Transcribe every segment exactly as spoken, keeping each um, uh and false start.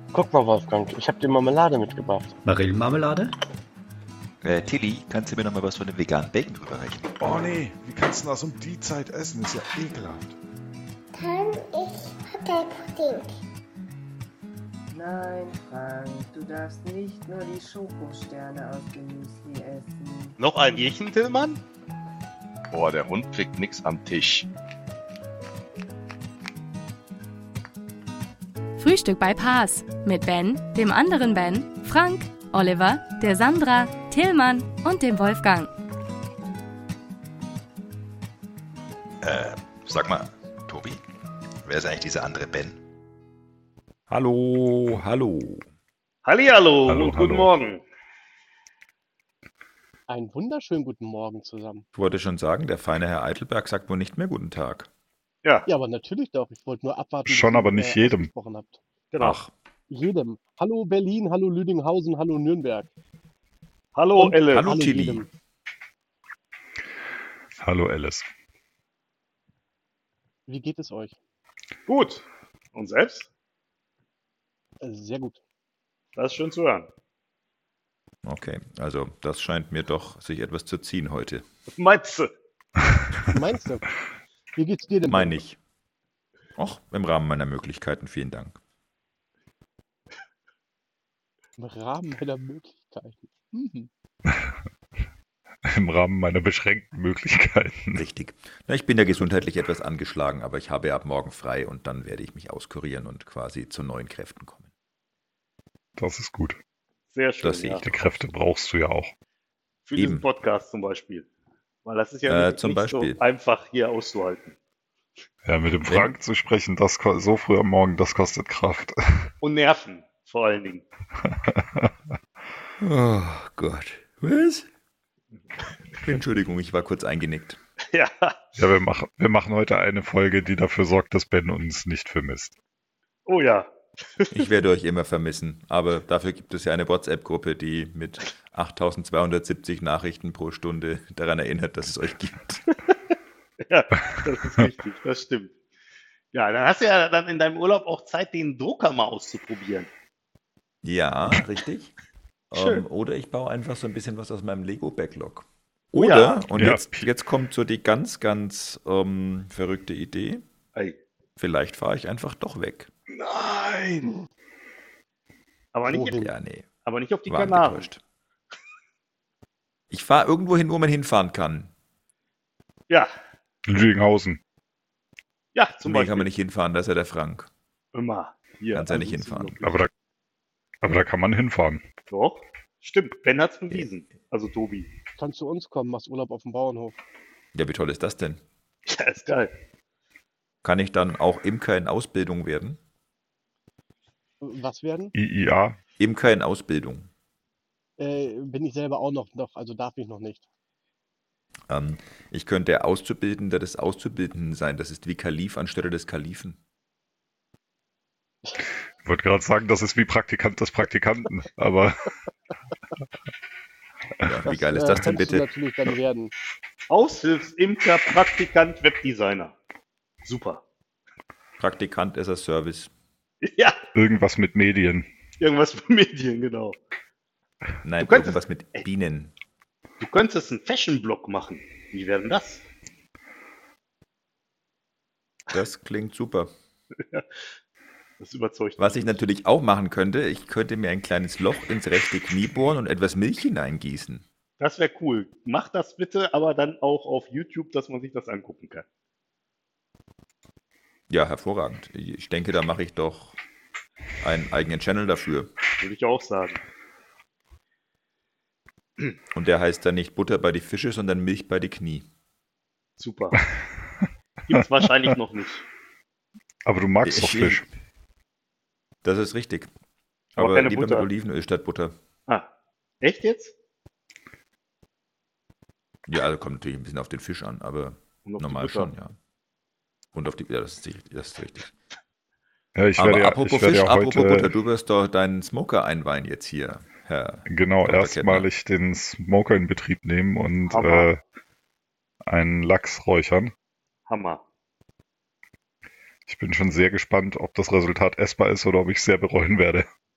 Guck mal, Wolfgang, ich habe dir Marmelade mitgebracht. Marillenmarmelade? Äh, Tilly, kannst du mir noch mal was von dem veganen Bacon rüberreichen? Oh nee, wie kannst du das um die Zeit essen? Ist ja ekelhaft. Kann ich Hotelpudding? Nein, Frank, du darfst nicht nur die Schokosterne aus dem Müsli essen. Noch ein Bierchen, Tillmann? Boah, der Hund kriegt nix am Tisch. Frühstück bei Paas mit Ben, dem anderen Ben, Frank, Oliver, der Sandra, Tillmann und dem Wolfgang. Äh, sag mal, Tobi, wer ist eigentlich dieser andere Ben? Hallo, hallo. Hallihallo Hallo, und guten hallo. Morgen. Einen wunderschönen guten Morgen zusammen. Ich wollte schon sagen, der feine Herr Eitelberg sagt wohl nicht mehr guten Tag. Ja, Ja, aber natürlich doch. Ich wollte nur abwarten, Schon, bis aber ihr, nicht äh, jedem. ausgesprochen habt. genau. Ach, Jedem. Hallo Berlin, hallo Lüdinghausen, hallo Nürnberg. Hallo, Und- Alice. hallo Tilly. jedem. Hallo Alice. Wie geht es euch? Gut. Und selbst? Äh, Sehr gut. Das ist schön zu hören. Okay, also das scheint mir doch sich etwas zu ziehen heute. Was meinst du? Meinst du? Wie geht's dir denn? Meine ich. Och, im Rahmen meiner Möglichkeiten, vielen Dank. Im Rahmen meiner Möglichkeiten. Mhm. Im Rahmen meiner beschränkten Möglichkeiten. Richtig. Na, ich bin ja gesundheitlich etwas angeschlagen, aber ich habe ja ab morgen frei und dann werde ich mich auskurieren und quasi zu neuen Kräften kommen. Das ist gut. Sehr schön. Das sehe ja. ich Die Kräfte brauchst du ja auch. Für diesen Eben. Podcast zum Beispiel. Weil das ist ja Äh, nicht, zum nicht Beispiel. so einfach hier auszuhalten. Ja, mit dem Wenn- Frank zu sprechen, das ko- so früh am Morgen, das kostet Kraft. Und Nerven, vor allen Dingen. Oh Gott. Was? Entschuldigung, ich war kurz eingenickt. Ja, Ja, wir machen, wir machen heute eine Folge, die dafür sorgt, dass Ben uns nicht vermisst. oh ja. Ich werde euch immer vermissen, aber dafür gibt es ja eine WhatsApp-Gruppe, die mit achttausendzweihundertsiebzig Nachrichten pro Stunde daran erinnert, dass es euch gibt. Ja, das ist richtig, das stimmt. Ja, dann hast du ja dann in deinem Urlaub auch Zeit, den Drucker mal auszuprobieren. Ja, richtig. Schön. Ähm, oder ich baue einfach so ein bisschen was aus meinem Lego-Backlog. Oh Oder, ja. und Ja. jetzt, jetzt kommt so die ganz, ganz ähm, verrückte Idee, Ei. vielleicht fahre ich einfach doch weg. Nein! Aber nicht, Wohin? Ja, nee, aber nicht auf die war Kanaren. getäuscht. Ich fahre irgendwo hin, wo man hinfahren kann. Ja, Lüdinghausen. ja, zum Nee, Beispiel. kann man nicht hinfahren, da ist ja der Frank. Immer. Hier, Kannst ja nicht also ist hinfahren. unglaublich. Aber da, aber da kann man hinfahren. Doch, stimmt. Ben hat's bewiesen. Also Tobi. Kannst zu uns kommen, machst Urlaub auf dem Bauernhof. Ja, wie toll ist das denn? Ja, ist geil. Kann ich dann auch Imker in Ausbildung werden? Was werden? I I A. Imker in Ausbildung. Äh, bin ich selber auch noch, noch, also darf ich noch nicht. Ähm, ich könnte der Auszubildende des Auszubildenden sein. Das ist wie Kalif anstelle des Kalifen. Ich wollte gerade sagen, das ist wie Praktikant des Praktikanten. Aber Ja, wie geil ist äh, das denn kannst du bitte? natürlich dann werden. Aushilfsimker, Praktikant, Webdesigner. Super. Praktikant as a Service. Ja, irgendwas mit Medien. irgendwas mit Medien, genau. Nein, Du könntest- irgendwas mit ey. Bienen. Du könntest einen Fashion-Blog machen. Wie wäre denn das? Das klingt super. Das überzeugt Was mich. ich natürlich auch machen könnte, ich könnte mir ein kleines Loch ins rechte Knie bohren und etwas Milch hineingießen. Das wäre cool. Mach das bitte, aber dann auch auf YouTube, dass man sich das angucken kann. Ja, hervorragend. Ich denke, da mache ich doch einen eigenen Channel dafür. Würde ich auch sagen. Und der heißt dann nicht Butter bei die Fische, sondern Milch bei die Knie. Super. Gibt's wahrscheinlich noch nicht. Aber du magst doch Ich- Fisch. Das ist richtig. Aber Aber keine lieber Butter. mit Olivenöl statt Butter. Ah, echt jetzt? Ja, also kommt natürlich ein bisschen auf den Fisch an, aber Und auf die normal Butter. schon, ja. Und auf die, ja, das ist, richtig- das ist richtig. Ja, ich aber werde ja, apropos ich werde Fisch, ja apropos heute Butter, du wirst doch deinen Smoker einweihen jetzt hier, Herr. genau Doktor erstmalig den Smoker in Betrieb nehmen und Hammer. äh, einen Lachs räuchern. Hammer. Ich bin schon sehr gespannt, ob das Resultat essbar ist oder ob ich es sehr bereuen werde.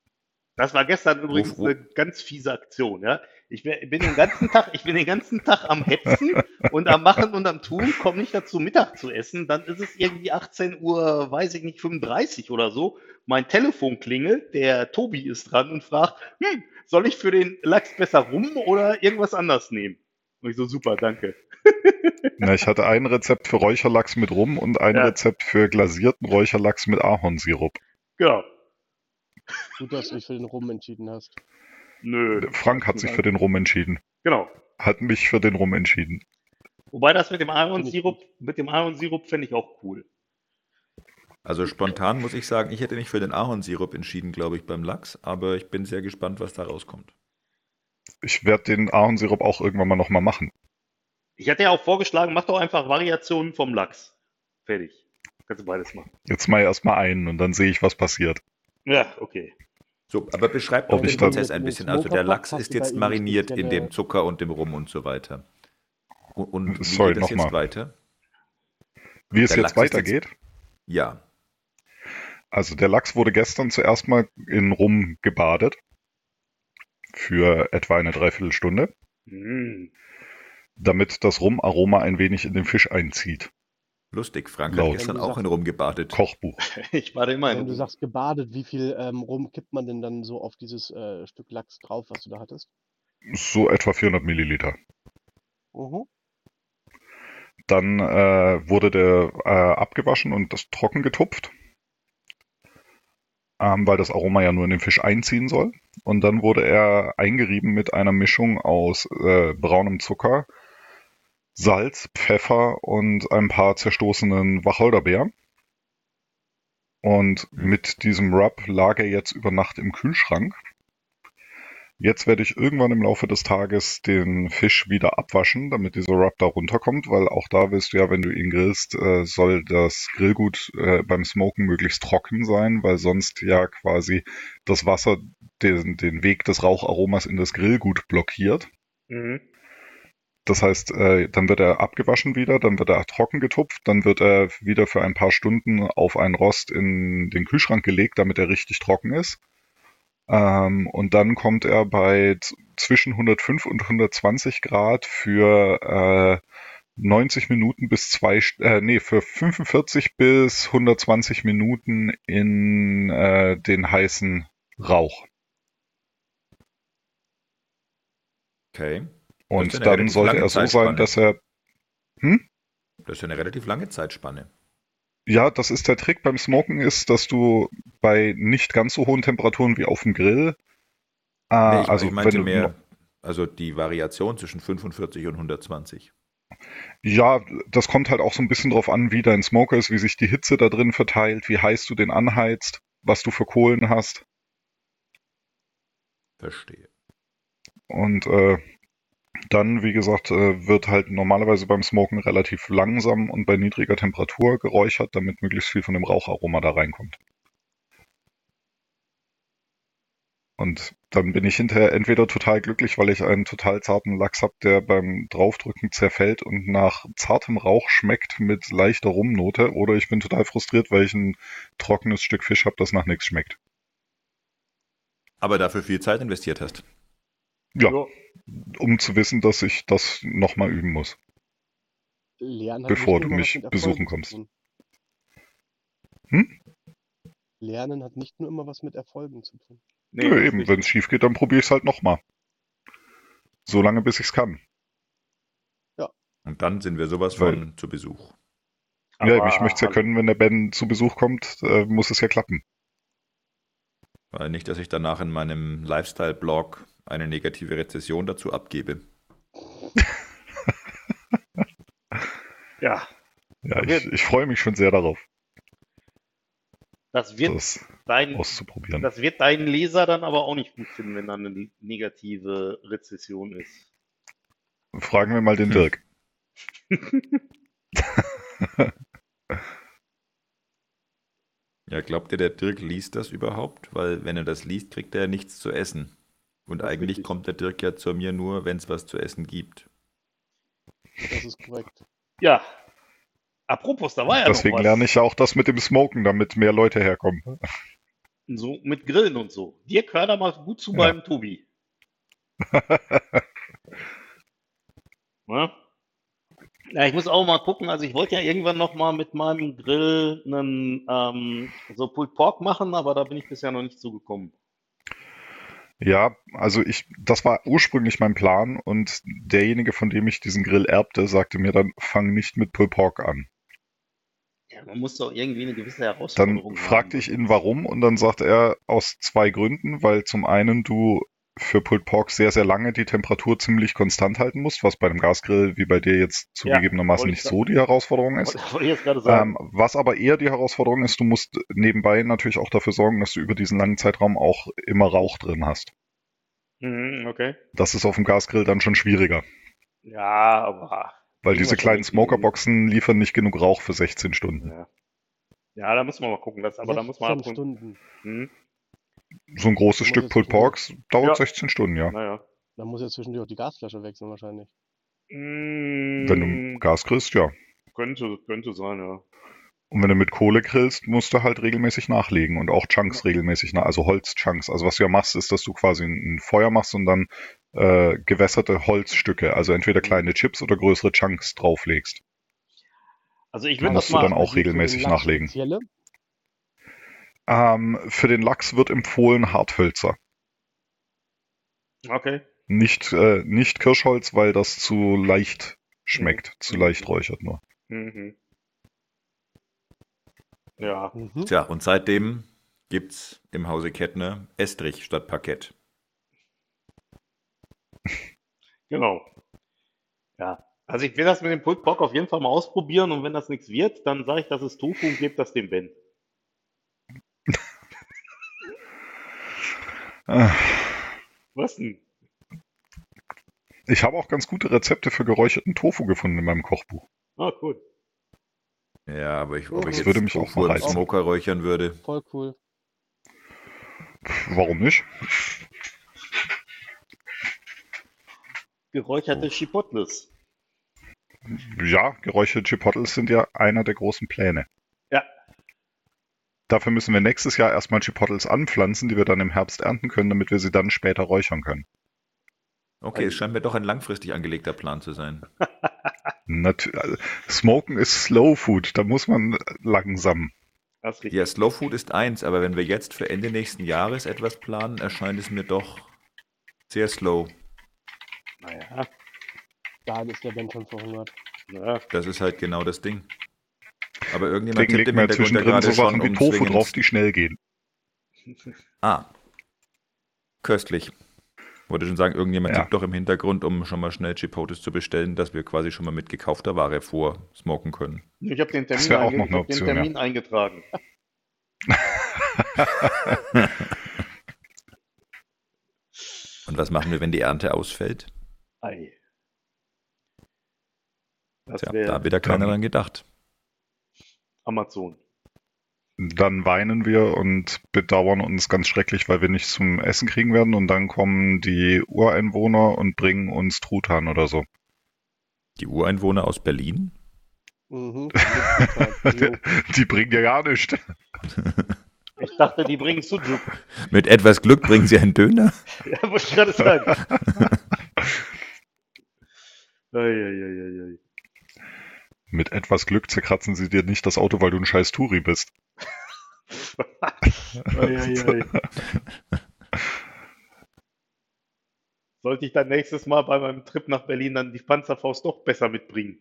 Das war gestern übrigens Ruf, ruf. eine ganz fiese Aktion, ja. Ich wär- bin den ganzen Tag, ich bin den ganzen Tag am Hetzen und am Machen und am Tun, komme nicht dazu, Mittag zu essen. Dann ist es irgendwie achtzehn Uhr, weiß ich nicht, fünfunddreißig oder so. Mein Telefon klingelt, der Tobi ist dran und fragt, hm, soll ich für den Lachs besser rum oder irgendwas anders nehmen? Und ich so, super, danke. Na, ich hatte ein Rezept für Räucherlachs mit Rum und ein Ja. Rezept für glasierten Räucherlachs mit Ahornsirup. Genau. Gut, dass du dich für den Rum entschieden hast. Nö. Frank hat sich für den Rum entschieden. Genau. Hat mich für den Rum entschieden. Wobei das mit dem Ahornsirup, mit dem Ahornsirup fände ich auch cool. Also spontan muss ich sagen, ich hätte mich für den Ahornsirup entschieden, glaube ich, beim Lachs, aber ich bin sehr gespannt, was da rauskommt. Ich werde den Ahornsirup auch irgendwann mal nochmal machen. Ich hatte ja auch vorgeschlagen, mach doch einfach Variationen vom Lachs. Fertig. Kannst du beides machen. Jetzt mal erstmal einen und dann sehe ich, was passiert. Ja, okay. So, aber beschreib Ob doch den ich dann- Prozess ein bisschen. Also der Lachs Hast ist du bei jetzt ihm mariniert in spezielle- dem Zucker und dem Rum und so weiter. Und, und wie Sorry, geht das nochmal. jetzt weiter? Wie es Der jetzt Lachs ist weitergeht? Ja. Also der Lachs wurde gestern zuerst mal in Rum gebadet. Für etwa eine Dreiviertelstunde. Mm. Damit das Rumaroma ein wenig in den Fisch einzieht. Lustig, Frank Laut. hat gestern auch in Rum gebadet. Kochbuch. Ich war immer Wenn in du sagst gebadet, wie viel ähm, Rum kippt man denn dann so auf dieses äh, Stück Lachs drauf, was du da hattest? So etwa vierhundert Milliliter. Mhm. Dann äh, wurde der äh, abgewaschen und das trocken getupft, ähm, weil das Aroma ja nur in den Fisch einziehen soll. Und dann wurde er eingerieben mit einer Mischung aus äh, braunem Zucker, Salz, Pfeffer und ein paar zerstoßenen Wacholderbeeren. Und mit diesem Rub lag er jetzt über Nacht im Kühlschrank. Jetzt werde ich irgendwann im Laufe des Tages den Fisch wieder abwaschen, damit dieser Rub da runterkommt, weil auch da willst du ja, wenn du ihn grillst, äh, soll das Grillgut äh, beim Smoken möglichst trocken sein, weil sonst ja quasi das Wasser den, den Weg des Raucharomas in das Grillgut blockiert. Mhm. Das heißt, äh, dann wird er abgewaschen wieder, dann wird er trocken getupft, dann wird er wieder für ein paar Stunden auf einen Rost in den Kühlschrank gelegt, damit er richtig trocken ist. Ähm, und dann kommt er bei z- zwischen hundertfünf und hundertzwanzig Grad für äh, neunzig Minuten bis zwei, St- äh, nee, für fünfundvierzig bis hundertzwanzig Minuten in äh, den heißen Rauch. Okay. Und ist eine dann relativ sollte lange er so sein, Zeitspanne. dass er... Hm? Das ist ja eine relativ lange Zeitspanne. Ja, das ist der Trick beim Smoken, ist, dass du bei nicht ganz so hohen Temperaturen wie auf dem Grill, äh, Nee, ich, also ich meinte wenn du, mehr, also die Variation zwischen fünfundvierzig und hundertzwanzig. ja, das kommt halt auch so ein bisschen drauf an, wie dein Smoker ist, wie sich die Hitze da drin verteilt, wie heiß du den anheizt, was du für Kohlen hast. Verstehe. Und äh, dann, wie gesagt, äh, wird halt normalerweise beim Smoken relativ langsam und bei niedriger Temperatur geräuchert, damit möglichst viel von dem Raucharoma da reinkommt. Und dann bin ich hinterher entweder total glücklich, weil ich einen total zarten Lachs habe, der beim Draufdrücken zerfällt und nach zartem Rauch schmeckt mit leichter Rumnote, oder ich bin total frustriert, weil ich ein trockenes Stück Fisch habe, das nach nichts schmeckt. Aber dafür viel Zeit investiert hast. Ja, Ja. um zu wissen, dass ich das nochmal üben muss. Lernen hat Bevor nicht du nur mich was mit besuchen Erfolgen kommst. zu tun. Hm? Lernen hat nicht nur immer was mit Erfolgen zu tun. Nee, Nö, das ist eben, richtig. wenn es schief geht, dann probiere ich es halt nochmal. So lange, bis ich es kann. Und dann sind wir sowas Weil- von zu Besuch. Ja, Aber ich möchte es ja hallo. können, wenn der Ben zu Besuch kommt, äh, muss es ja klappen. Weil nicht, dass ich danach in meinem Lifestyle-Blog eine negative Rezession dazu abgebe. Ja, Ja, Okay. ich, ich freue mich schon sehr darauf, das wird das dein, auszuprobieren. das wird dein Leser dann aber auch nicht gut finden, wenn da eine negative Rezession ist. Fragen wir mal den Hm. Dirk. Ja, glaubt ihr, der Dirk liest das überhaupt? Weil wenn er das liest, kriegt er ja nichts zu essen. Und Das ist eigentlich richtig. kommt der Dirk ja zu mir nur, wenn es was zu essen gibt. Das ist korrekt. Ja. Apropos, da war ja Deswegen noch was. lerne ich ja auch das mit dem Smoken, damit mehr Leute herkommen. So mit Grillen und so. Dirk, hör da mal gut zu Ja. beim Tobi. Ja? Ja, ich muss auch mal gucken. Also ich wollte ja irgendwann noch mal mit meinem Grill einen ähm, so Pulled Pork machen, aber da bin ich bisher noch nicht zugekommen. Ja, also ich, das war ursprünglich mein Plan und derjenige, von dem ich diesen Grill erbte, sagte mir dann, fang nicht mit Pulled Pork an. Ja, man muss doch irgendwie eine gewisse Dann Herausforderung fragte haben. ich ihn, warum, und dann sagte er, aus zwei Gründen, weil zum einen du für Pulled Pork sehr, sehr lange die Temperatur ziemlich konstant halten musst, was bei einem Gasgrill wie bei dir jetzt Ja, zugegebenermaßen wollte nicht ich, so die Herausforderung ist. wollte wollte ich jetzt gerade sagen. Ähm, was aber eher die Herausforderung ist, du musst nebenbei natürlich auch dafür sorgen, dass du über diesen langen Zeitraum auch immer Rauch drin hast. Mhm, okay. Das ist auf dem Gasgrill dann schon schwieriger, Ja, aber weil kriegen wir diese schon kleinen irgendwie hin. Smokerboxen liefern nicht genug Rauch für sechzehn Stunden. Ja. Ja, da muss man mal gucken. Das, aber da muss man sechzehn abgucken. Stunden. Hm? So ein großes Da muss Stück er Pulled zwischendurch, Porks dauert Ja, sechzehn Stunden, ja. naja. da muss er zwischendurch auch die Gasflasche wechseln wahrscheinlich. Wenn du Mm, Gas grillst, ja. könnte, könnte sein, ja. Und wenn du mit Kohle grillst, musst du halt regelmäßig nachlegen und auch Chunks regelmäßig nach, also Holzchunks. Also was du ja machst, ist, dass du quasi ein Feuer machst und dann äh, gewässerte Holzstücke, also entweder Hm. kleine Chips oder größere Chunks drauflegst. Also ich Die würde das musst du dann mal. Bei auch dir für den regelmäßig Lachs nachlegen. spezielle? Ähm, für den Lachs wird empfohlen Harthölzer. Okay. Nicht, äh, nicht Kirschholz, weil das zu leicht Hm. schmeckt, zu Mhm. leicht räuchert nur. Mhm. Ja. Mhm. Tja, und seitdem gibt's im Hause Kettner Estrich statt Parkett. Genau. Ja. Also ich will das mit dem Pulled Pork auf jeden Fall mal ausprobieren und wenn das nichts wird, dann sage ich, das ist Tofu und gebe das dem Ben. Äh, Was denn? Ich habe auch ganz gute Rezepte für geräucherten Tofu gefunden in meinem Kochbuch. Ah, cool. Ja, aber ich, ob ich Mhm. Das würde jetzt mich auch Tofu mal im reizen. Smoker räuchern würde. Voll cool. Warum nicht? Geräucherte Chipotles. Ja, geräucherte Chipotles sind ja einer der großen Pläne. Ja. Dafür müssen wir nächstes Jahr erstmal Chipotles anpflanzen, die wir dann im Herbst ernten können, damit wir sie dann später räuchern können. Okay, es scheint mir doch ein langfristig angelegter Plan zu sein. Nat also, Smoken ist Slow Food, da muss man langsam. Das ist Ja, richtig. Slow Food ist eins, aber wenn wir jetzt für Ende nächsten Jahres etwas planen, erscheint es mir doch sehr slow. Naja. Da ist der Ben schon verhungert. Ja. Das ist halt genau das Ding. Aber irgendjemand Deswegen tippt legt im man ja Hintergrund ja zwischendrin gerade so schon Sachen wie um Tofu zwingend. drauf, die schnell gehen. Ah, köstlich. Wollte schon sagen, irgendjemand Ja. tippt doch im Hintergrund, um schon mal schnell Chipotles zu bestellen, dass wir quasi schon mal mit gekaufter Ware vorsmoken können. Ich habe den Das Termin, wäre auch einge noch ich eine hab den Option, ja. Termin eingetragen. Und was machen wir, wenn die Ernte ausfällt? Ei. Das Tja, da wäre hat wieder keiner Dann- dran gedacht. Amazon. Dann weinen wir und bedauern uns ganz schrecklich, weil wir nichts zum Essen kriegen werden. Und dann kommen die Ureinwohner und bringen uns Truthahn oder so. Die Ureinwohner aus Berlin? Mhm. Mit Jo. Die bringen ja gar nichts. Ich dachte, die bringen Sujuk. Mit etwas Glück bringen sie einen Döner? Ja, wollte ich gerade sagen. Ei, ei, ei, ei, ei. Mit etwas Glück zerkratzen sie dir nicht das Auto, weil du ein scheiß Touri bist. Ei, ei, ei. Sollte ich dann nächstes Mal bei meinem Trip nach Berlin dann die Panzerfaust doch besser mitbringen?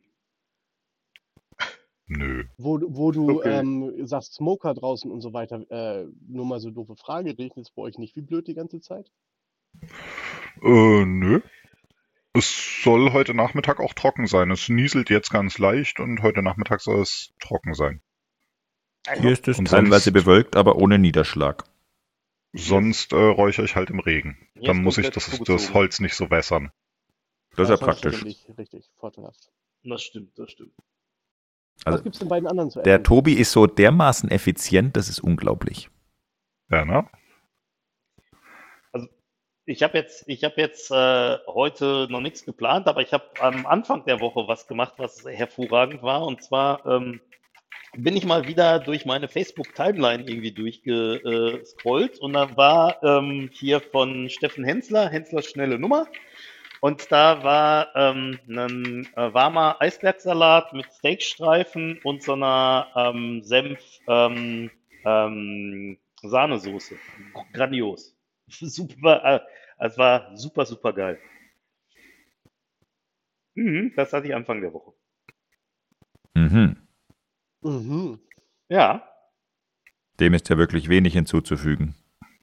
Nö. Wo, du- wo du Okay. ähm, sagst Smoker draußen und so weiter, äh, nur mal so doofe Frage, regnet es bei euch nicht wie blöd die ganze Zeit? Äh, nö. Es soll heute Nachmittag auch trocken sein. Es nieselt jetzt ganz leicht und heute Nachmittag soll es trocken sein. Hier ist es Und teilweise sonst- bewölkt, aber ohne Niederschlag. Sonst äh, räuchere ich halt im Regen. Hier Dann ist muss ich komplett das, zugezogen. das Holz nicht so wässern. Das ist ja Das praktisch. Richtig, richtig, vorteilhaft. Das stimmt, das stimmt. Also, Was gibt's den beiden anderen zu essen? der Tobi ist so dermaßen effizient, das ist unglaublich. Ja, ne? Ich habe jetzt, ich habe jetzt äh, heute noch nichts geplant, aber ich habe am Anfang der Woche was gemacht, was hervorragend war. Und zwar ähm, bin ich mal wieder durch meine Facebook-Timeline irgendwie durchgescrollt und da war ähm, hier von Steffen Hensler, Henslers schnelle Nummer. Und da war ähm, ein äh, warmer Eisbergsalat mit Steakstreifen und so einer ähm, Senf ähm, ähm, Sahnesoße. Grandios. Super, äh, es war super, super geil. Mhm, das hatte ich Anfang der Woche. Mhm. Mhm. Ja, Dem ist ja wirklich wenig hinzuzufügen.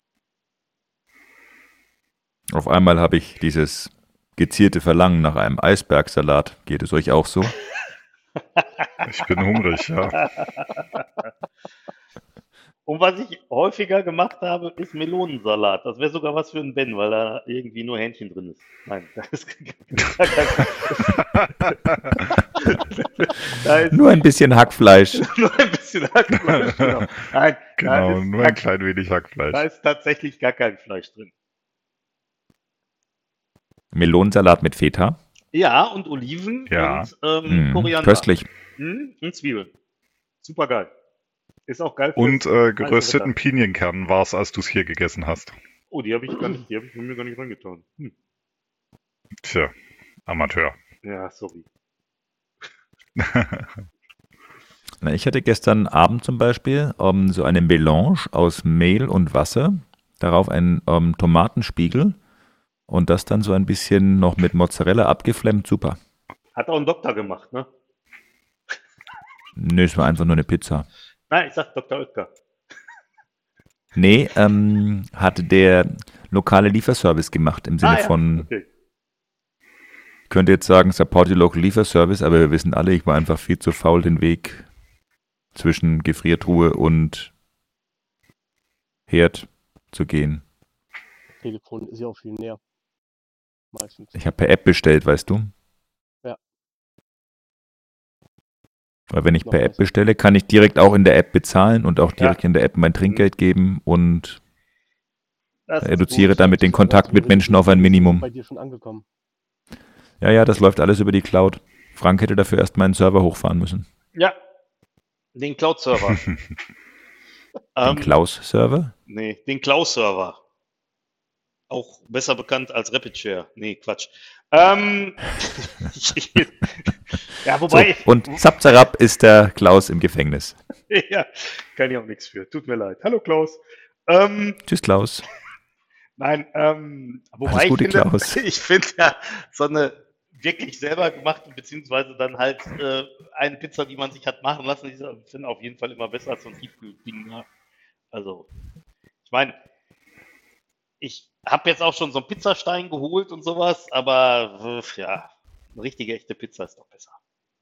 Auf einmal habe ich dieses gezierte Verlangen nach einem Eisbergsalat. Geht es euch auch so? Ich bin hungrig, ja. und was ich häufiger gemacht habe, ist Melonensalat. Das wäre sogar was für einen Ben, weil da irgendwie nur Hähnchen drin ist. Nein, da ist gar kein, da ist Nur ein bisschen Hackfleisch. nur ein bisschen Hackfleisch. Genau. Nein, da Genau, ist, nur ein klein wenig da Hackfleisch. ist tatsächlich gar kein Fleisch drin. Melonensalat mit Feta. Ja, und Oliven Ja. und ähm, Mm, Koriander. köstlich. Mhm, und Zwiebeln. Super geil. Ist auch geil Und fürs äh, heiße gerösteten Wetter. Pinienkernen war es, als du es hier gegessen hast. Oh, die habe ich gar nicht, die habe ich von mir gar nicht reingetan. Hm. Tja, Amateur. Ja, sorry. Na, ich hatte gestern Abend zum Beispiel ähm, so eine Melange aus Mehl und Wasser, darauf ein ähm, Tomatenspiegel und das dann so ein bisschen noch mit Mozzarella abgeflemmt. Super. Hat auch ein Doktor gemacht, ne? Nö, es war einfach nur eine Pizza. Nein, ich sag Doktor Oetker. Nee, ähm, hatte der lokale Lieferservice gemacht im Sinne Ah, ja. von, Okay. ich könnte jetzt sagen, support the local Lieferservice, aber wir wissen alle, ich war einfach viel zu faul, den Weg zwischen Gefriertruhe und Herd zu gehen. Telefon ist ja auch viel näher. Meistens. Ich habe per App bestellt, weißt du? Ja. Weil wenn ich Noch per App besser. bestelle, kann ich direkt auch in der App bezahlen und auch direkt Ja. in der App mein Trinkgeld geben und Das ist reduziere gut. damit den Kontakt mit Menschen auf ein Ist Minimum. bei dir schon angekommen. Ja, ja, das läuft alles über die Cloud. Frank hätte dafür erst meinen Server hochfahren müssen. Ja, den Cloud-Server. Den ähm, Klaus-Server? nee, den Klaus-Server. Auch besser bekannt als RapidShare. Nee, Quatsch. Ähm, ja, So, wobei, und zapp, zapp ist der Klaus im Gefängnis. ja, kann ich auch nichts für. Tut mir leid. Hallo Klaus. Ähm, Tschüss, Klaus. nein, ähm, wobei Alles ich Gute, finde, Klaus. ich finde ja so eine wirklich selber gemachte, beziehungsweise dann halt äh, eine Pizza, die man sich hat machen lassen, die sind auf jeden Fall immer besser als so ein Tiefkühlding. Ne? Also, ich meine, ich habe jetzt auch schon so einen Pizzastein geholt und sowas, aber äh, ja, eine richtige echte Pizza ist doch besser.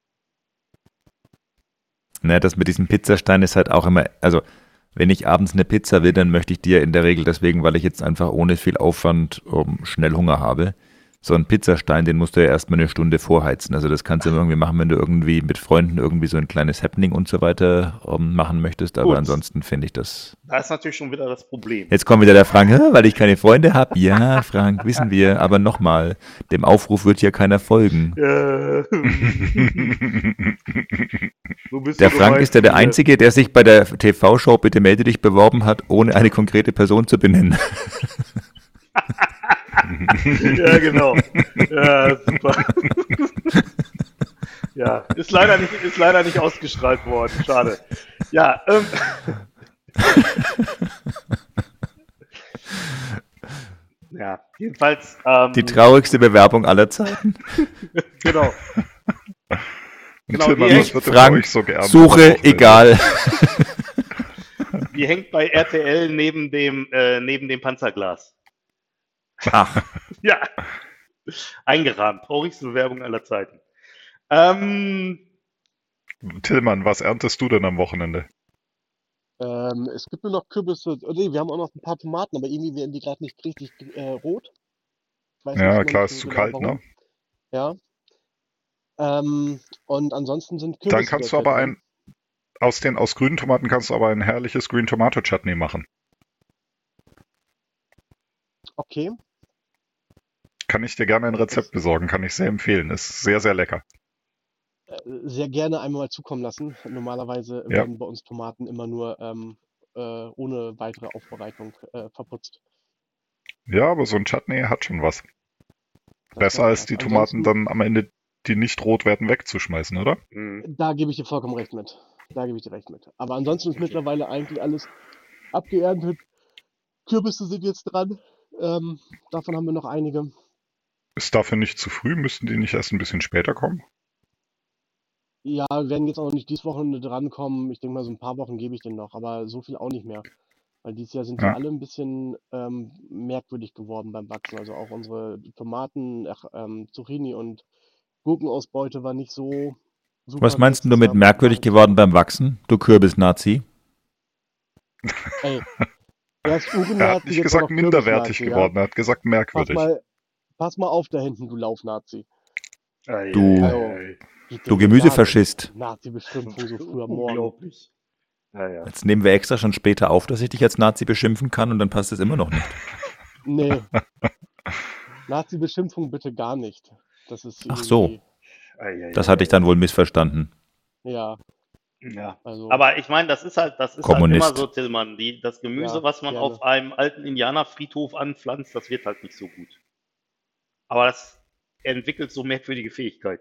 Na, das mit diesem Pizzastein ist halt auch immer, also wenn ich abends eine Pizza will, dann möchte ich die ja in der Regel deswegen, weil ich jetzt einfach ohne viel Aufwand um, schnell Hunger habe. So ein Pizzastein, den musst du ja erstmal eine Stunde vorheizen. Also das kannst du irgendwie machen, wenn du irgendwie mit Freunden irgendwie so ein kleines Happening und so weiter um, machen möchtest. Aber Gut. ansonsten finde ich das. Da ist natürlich schon wieder das Problem. Jetzt kommt wieder der Frank, "Hä, weil ich keine Freunde habe. Ja, Frank, wissen wir. Aber nochmal, dem Aufruf wird ja keiner folgen. Äh, so bist Der du Frank gemeint, ist ja der Junge. Einzige, der sich bei der T V-Show Bitte melde dich beworben hat, ohne eine konkrete Person zu benennen. Ja, genau. Ja, super. Ja, ist leider nicht, ist leider nicht ausgestrahlt worden. Schade. Ja, ähm. Ja, jedenfalls. Ähm, Die traurigste Bewerbung aller Zeiten. genau. Genau, Tillmann, die was wird denn Frank, bei euch so geerntet? Suche, Was egal. Die hängt bei R T L neben dem, äh, neben dem Panzerglas. Ach, Ja. Eingerahmt. Traurigste Bewerbung aller Zeiten. Ähm, Tillmann, was erntest du denn am Wochenende? Ähm, es gibt nur noch Kürbisse. Oh, nee, wir haben auch noch ein paar Tomaten, aber irgendwie werden die gerade nicht richtig äh, rot. Ich weiß Ja, noch klar, nicht ist so zu genau kalt, warum. ne? Ja. Ähm, und ansonsten sind Kürbisse Dann kannst du derzeit aber drin. ein, aus den, aus grünen Tomaten kannst du aber ein herrliches Green Tomato Chutney machen. Okay. Kann ich dir gerne ein Rezept besorgen, kann ich sehr empfehlen. Ist sehr, sehr lecker. Äh, sehr gerne einmal mal zukommen lassen. Normalerweise Ja. werden bei uns Tomaten immer nur ähm, äh, ohne weitere Aufbereitung äh, verputzt. Ja, aber so ein Chutney hat schon was. Das Besser hat als was. die Tomaten Ansonsten, dann am Ende, die nicht rot werden, wegzuschmeißen, oder? Mhm. da gebe ich dir vollkommen recht mit. Da gebe ich dir recht mit. Aber ansonsten ist mittlerweile eigentlich alles abgeerntet. Kürbisse sind jetzt dran. Ähm, davon haben wir noch einige. Ist dafür nicht zu früh? Müssten die nicht erst ein bisschen später kommen? Ja, wir werden jetzt auch noch nicht dieses Wochenende drankommen. Ich denke mal, so ein paar Wochen gebe ich denen noch, aber so viel auch nicht mehr. Weil dieses Jahr sind die Ja. alle ein bisschen ähm, merkwürdig geworden beim Wachsen. Also auch unsere Tomaten, ach, ähm, Zucchini und Gurkenausbeute war nicht so super Was wie meinst du letztes mit Jahr. merkwürdig geworden beim Wachsen, du Kürbis-Nazi? Ey, erst Er hat Uhren-Nazi, nicht jetzt gesagt auch noch minderwertig Kürbis-Nazi, ja? geworden, er hat gesagt Pass merkwürdig. mal, pass mal auf da hinten, du Laufnazi. Ei, Du- ei, Also, ei, geht Du dir Gemüsefaschist. gar nicht. Nazi-Beschimpfung so ei. früh am Morgen. Unglaublich. Ja, ja. Jetzt nehmen wir extra schon später auf, dass ich dich als Nazi beschimpfen kann und dann passt es immer noch nicht. Nee. Nazi-Beschimpfung bitte gar nicht. Das ist Ach so. irgendwie- Ei, ei, Das ei, hatte ich dann wohl missverstanden. Ja, Ja. also. Aber ich meine, das ist halt, das ist Kommunist. halt immer so, Tillmann. Die, das Gemüse, Ja, was man gerne. auf einem alten Indianerfriedhof anpflanzt, das wird halt nicht so gut. Aber das entwickelt so merkwürdige Fähigkeiten.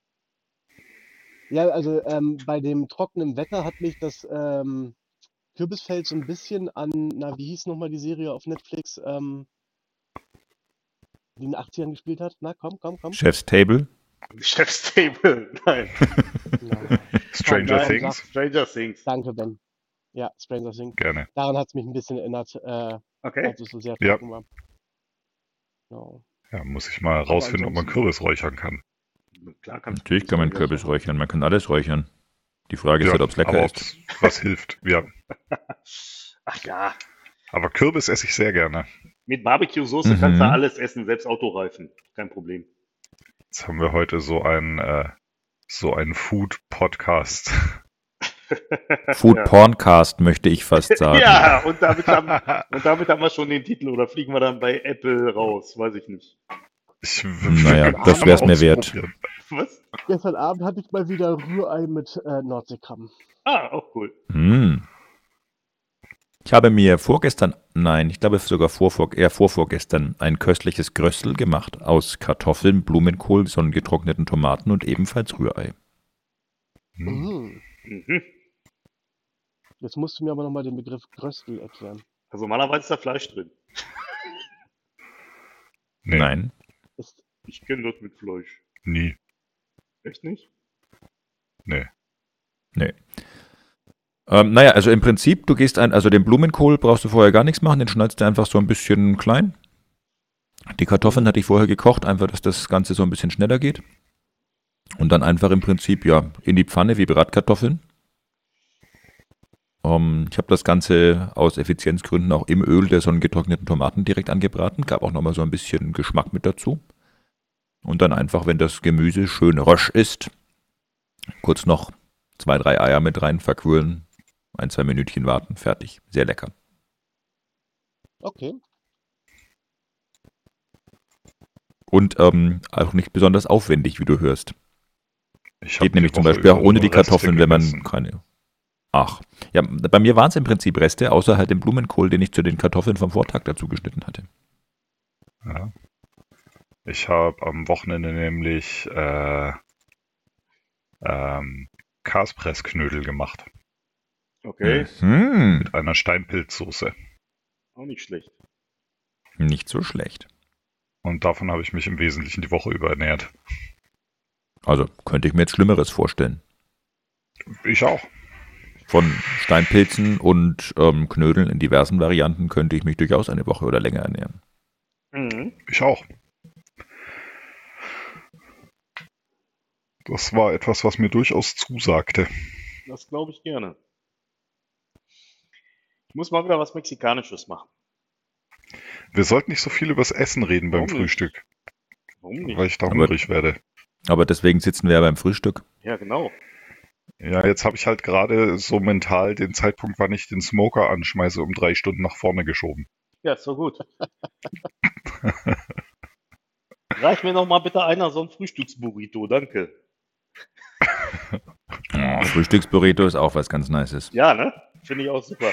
Ja, also ähm, bei dem trockenen Wetter hat mich das ähm, Kürbisfeld so ein bisschen an, na, wie hieß nochmal die Serie auf Netflix, ähm, die in den achtzigern gespielt hat? Na, komm, komm, komm. Chef's Table. Chef's Table. Nein. Na, Stranger Nein, Things? sag- Stranger Things. danke, Ben. Ja, Stranger Things. Gerne. Daran hat es mich ein bisschen erinnert, äh, Okay. als es so sehr Ja. trocken war. Genau. Ja, muss ich mal rausfinden, ob man ansonsten- Kürbis räuchern kann. Klar kannst du Natürlich kann man das Kürbis machen. räuchern, man kann alles räuchern. Die Frage ist Ja, halt, ob es lecker aber ist. ob's was hilft. Ja. Ach ja. Aber Kürbis esse ich sehr gerne. Mit Barbecue-Soße Mhm. kannst du alles essen, selbst Autoreifen. Kein Problem. Jetzt haben wir heute so ein äh, so ein Food-Podcast. Food Ja. Porncast möchte ich fast sagen. Ja, und damit, haben, und damit haben wir schon den Titel. Oder fliegen wir dann bei Apple raus? Weiß ich nicht. Ich, Naja, wir das können wär's mal mir wert. ausprobieren. Was? Gestern Abend hatte ich mal wieder Rührei mit äh, Nordseekrabben. Ah, auch cool. Hm. Ich habe mir vorgestern, nein, ich glaube sogar vorvor, eher vorvorgestern ein köstliches Grössel gemacht aus Kartoffeln, Blumenkohl, sonnengetrockneten Tomaten und ebenfalls Rührei. Hm. Mhm. Mhm. Jetzt musst du mir aber nochmal den Begriff Gröstel erklären. Also normalerweise ist da Fleisch drin. Nee, Nein. Ist, Ich kenne das mit Fleisch. nie. Echt nicht? Nee. Ähm, naja, also im Prinzip, du gehst ein, also den Blumenkohl brauchst du vorher gar nichts machen, den schneidest du einfach so ein bisschen klein. Die Kartoffeln hatte ich vorher gekocht, einfach, dass das Ganze so ein bisschen schneller geht. Und dann einfach im Prinzip, ja, in die Pfanne wie Bratkartoffeln. Ähm, ich habe das Ganze aus Effizienzgründen auch im Öl der sonnengetrockneten Tomaten direkt angebraten. Gab auch nochmal so ein bisschen Geschmack mit dazu. Und dann einfach, wenn das Gemüse schön rösch ist, kurz noch zwei, drei Eier mit rein verquirlen, ein, zwei Minütchen warten, fertig. Sehr lecker. okay. Und ähm, auch nicht besonders aufwendig, wie du hörst. Ich hab Geht die nämlich zum Woche Beispiel auch über ohne die nur Reste Kartoffeln, wenn man gegessen. keine... Ach, ja, bei mir waren es im Prinzip Reste, außer halt den Blumenkohl, den ich zu den Kartoffeln vom Vortag dazu geschnitten hatte. Ja. Ich habe am Wochenende nämlich äh, ähm, Kaspressknödel gemacht Okay. Mhm. mit einer Steinpilzsoße. Auch nicht schlecht. Nicht so schlecht. Und davon habe ich mich im Wesentlichen die Woche über ernährt. Also könnte ich mir jetzt Schlimmeres vorstellen. Ich auch. Von Steinpilzen und ähm, Knödeln in diversen Varianten könnte ich mich durchaus eine Woche oder länger ernähren. Mhm. Ich auch. Das war etwas, was mir durchaus zusagte. Das glaube ich gerne. Ich muss mal wieder was Mexikanisches machen. Wir sollten nicht so viel übers Essen reden beim Warum nicht? Frühstück, Warum nicht? weil ich da Aber- hungrig werde. Aber deswegen sitzen wir ja beim Frühstück. Ja, genau. Ja, jetzt habe ich halt gerade so mental den Zeitpunkt, wann ich den Smoker anschmeiße, um drei Stunden nach vorne geschoben. Ja, ist so gut. Reich mir noch mal bitte einer so ein Frühstücksburrito, danke. Oh, Frühstücksburrito ist auch was ganz Nices. Ja, ne? Finde ich auch super.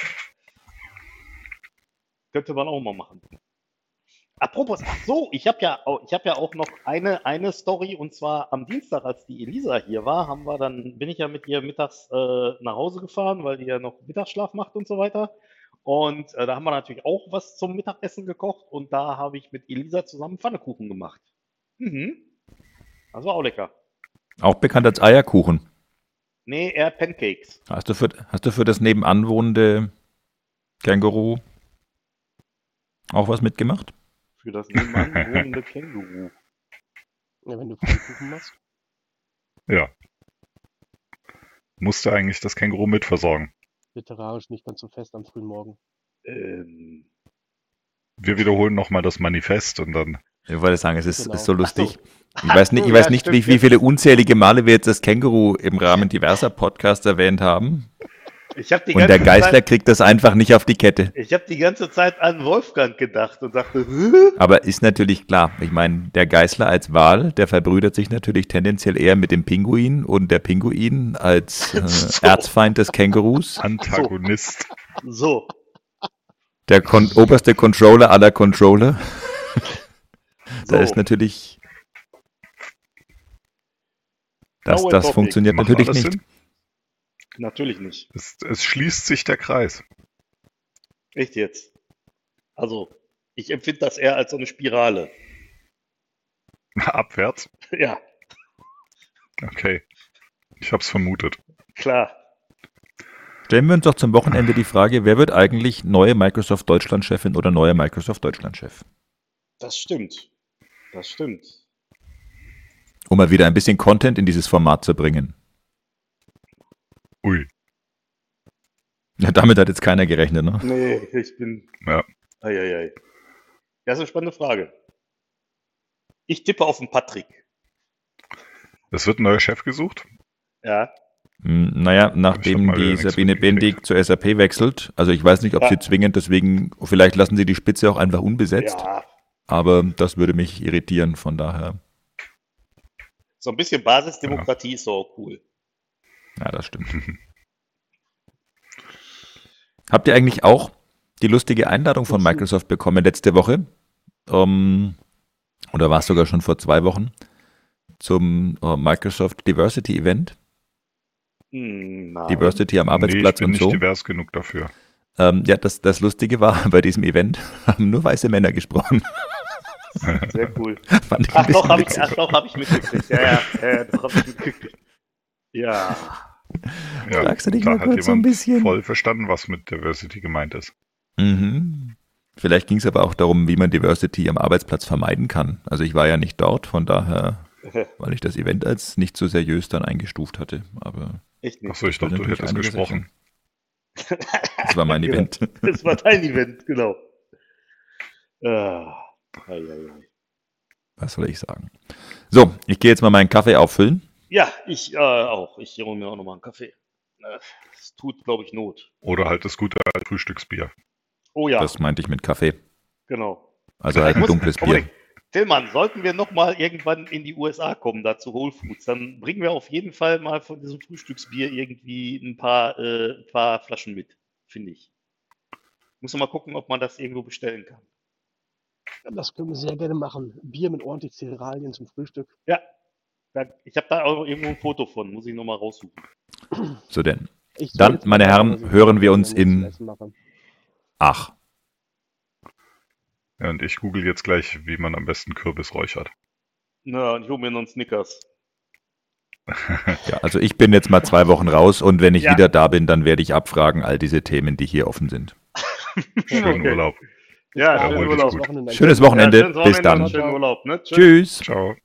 Könnte man auch mal machen. Apropos, ach so, ich habe ja, auch- ich habe ja auch noch eine, eine Story, und zwar am Dienstag, als die Elisa hier war, haben wir dann, bin ich ja mit ihr mittags äh, nach Hause gefahren, weil die ja noch Mittagsschlaf macht und so weiter. Und äh, da haben wir natürlich auch was zum Mittagessen gekocht, und da habe ich mit Elisa zusammen Pfannekuchen gemacht. Mhm. Das war auch lecker. Auch bekannt als Eierkuchen. Nee, eher Pancakes. Hast du für, hast du für das nebenan wohnende Känguru auch was mitgemacht? Für das nebenan wohnende Känguru. Ja, wenn du Pfannkuchen machst. Ja. Musste eigentlich das Känguru mitversorgen. Literarisch nicht ganz so fest am frühen Morgen. Ähm, Wir wiederholen nochmal das Manifest und dann. Ich wollte sagen, es ist, Genau. ist so lustig. Ach Ich weiß nicht, ich so, weiß ja, nicht stimmt, wie, wie jetzt- viele unzählige Male wir jetzt das Känguru im Rahmen diverser Podcasts erwähnt haben. Ich habe die Und der ganze Geißler Zeit, kriegt das einfach nicht auf die Kette. ich habe die ganze Zeit an Wolfgang gedacht und dachte, Hä? Aber ist natürlich klar. Ich meine, der Geißler als Wal, der verbrüdert sich natürlich tendenziell eher mit dem Pinguin, und der Pinguin als äh, So. Erzfeind des Kängurus, Antagonist. so. der kon oberste Controller aller Controller. So. Da ist natürlich. Das, Now das topic. funktioniert Macht natürlich alles nicht. Sinn? Natürlich nicht. Es, es schließt sich der Kreis. Echt jetzt. Also, ich empfinde das eher als so eine Spirale. Abwärts? Ja, Okay. Ich hab's vermutet. klar. Stellen wir uns doch zum Wochenende die Frage, wer wird eigentlich neue Microsoft Deutschland-Chefin oder neuer Microsoft Deutschland-Chef? Das stimmt. Das stimmt. Um mal wieder ein bisschen Content in dieses Format zu bringen. Ui. Ja, damit hat jetzt keiner gerechnet, ne? Nee, ich bin. Ja. Eieiei. Das ist eine spannende Frage. Ich tippe auf den Patrick. Es wird ein neuer Chef gesucht. Ja. Hm, Naja, Ich hab nachdem mal wieder die nichts Sabine mitgekriegt. Bendig zur S A P wechselt, also ich weiß nicht, ob Ja. sie zwingend deswegen, vielleicht lassen sie die Spitze auch einfach unbesetzt, Ja. aber das würde mich irritieren, von daher, So ein bisschen Basisdemokratie ist doch auch cool. ja, das stimmt. Habt ihr eigentlich auch die lustige Einladung von Microsoft bekommen letzte Woche? Ähm, oder war es sogar schon vor zwei Wochen? Zum äh, Microsoft Diversity Event? Hm, nein. Diversity am Nee, ich Arbeitsplatz bin und nicht so. divers genug dafür. Ähm, ja, das, das Lustige war, bei diesem Event haben nur weiße Männer gesprochen. Sehr cool. Fand ich ein Ach doch, bisschen habe ich, witzig. ach doch, hab ich mitgekriegt. Ja, ja, ja, doch, hab ich mitgekriegt. Ja. Ja, Fragst du dich da mal hat kurz so ein jemand bisschen? voll verstanden, was mit Diversity gemeint ist. Mhm. Vielleicht ging es aber auch darum, wie man Diversity am Arbeitsplatz vermeiden kann. Also ich war ja nicht dort, von daher, weil ich das Event als nicht so seriös dann eingestuft hatte. Aber Echt nicht. Achso, ich dachte, du natürlich hättest einiges gesprochen. das war mein Genau. Event. Das war dein Event, genau. Ah, ei, ei, ei. Was soll ich sagen? So, ich gehe jetzt mal meinen Kaffee auffüllen. Ja, ich äh, auch. Ich hole mir auch nochmal einen Kaffee. Äh, Es tut, glaube ich, Not. Oder halt das gute alte Frühstücksbier. Oh ja, Das meinte ich mit Kaffee. genau. Also halt ein muss- dunkles komm, Bier. Tillmann, sollten wir nochmal irgendwann in die U S A kommen, da zu Whole Foods, dann bringen wir auf jeden Fall mal von diesem Frühstücksbier irgendwie ein paar, äh, ein paar Flaschen mit, finde ich. Muss noch mal gucken, ob man das irgendwo bestellen kann. Das können wir sehr gerne machen. Bier mit ordentlich Cerealien zum Frühstück. Ja, da, ich habe da auch irgendwo ein Foto von, muss ich nochmal raussuchen. So denn. Ich soll Dann, jetzt meine mal Herren, sagen, was ich hören wir morgen uns zum in- Essen mache. Ach, Ja, und ich google jetzt gleich, wie man am besten Kürbis räuchert. Na, ich hole mir noch einen Snickers. ja, also ich bin jetzt mal zwei Wochen raus und wenn ich Ja. wieder da bin, dann werde ich abfragen all diese Themen, die hier offen sind. Schönen Okay. Urlaub. Ja, Ja, schönen hol dich Urlaub. gut. Wochenende. Schönes Ja, Wochenende. schönes Bis dann. Schönen Urlaub. Ne? Tschüss. Tschüss. Ciao.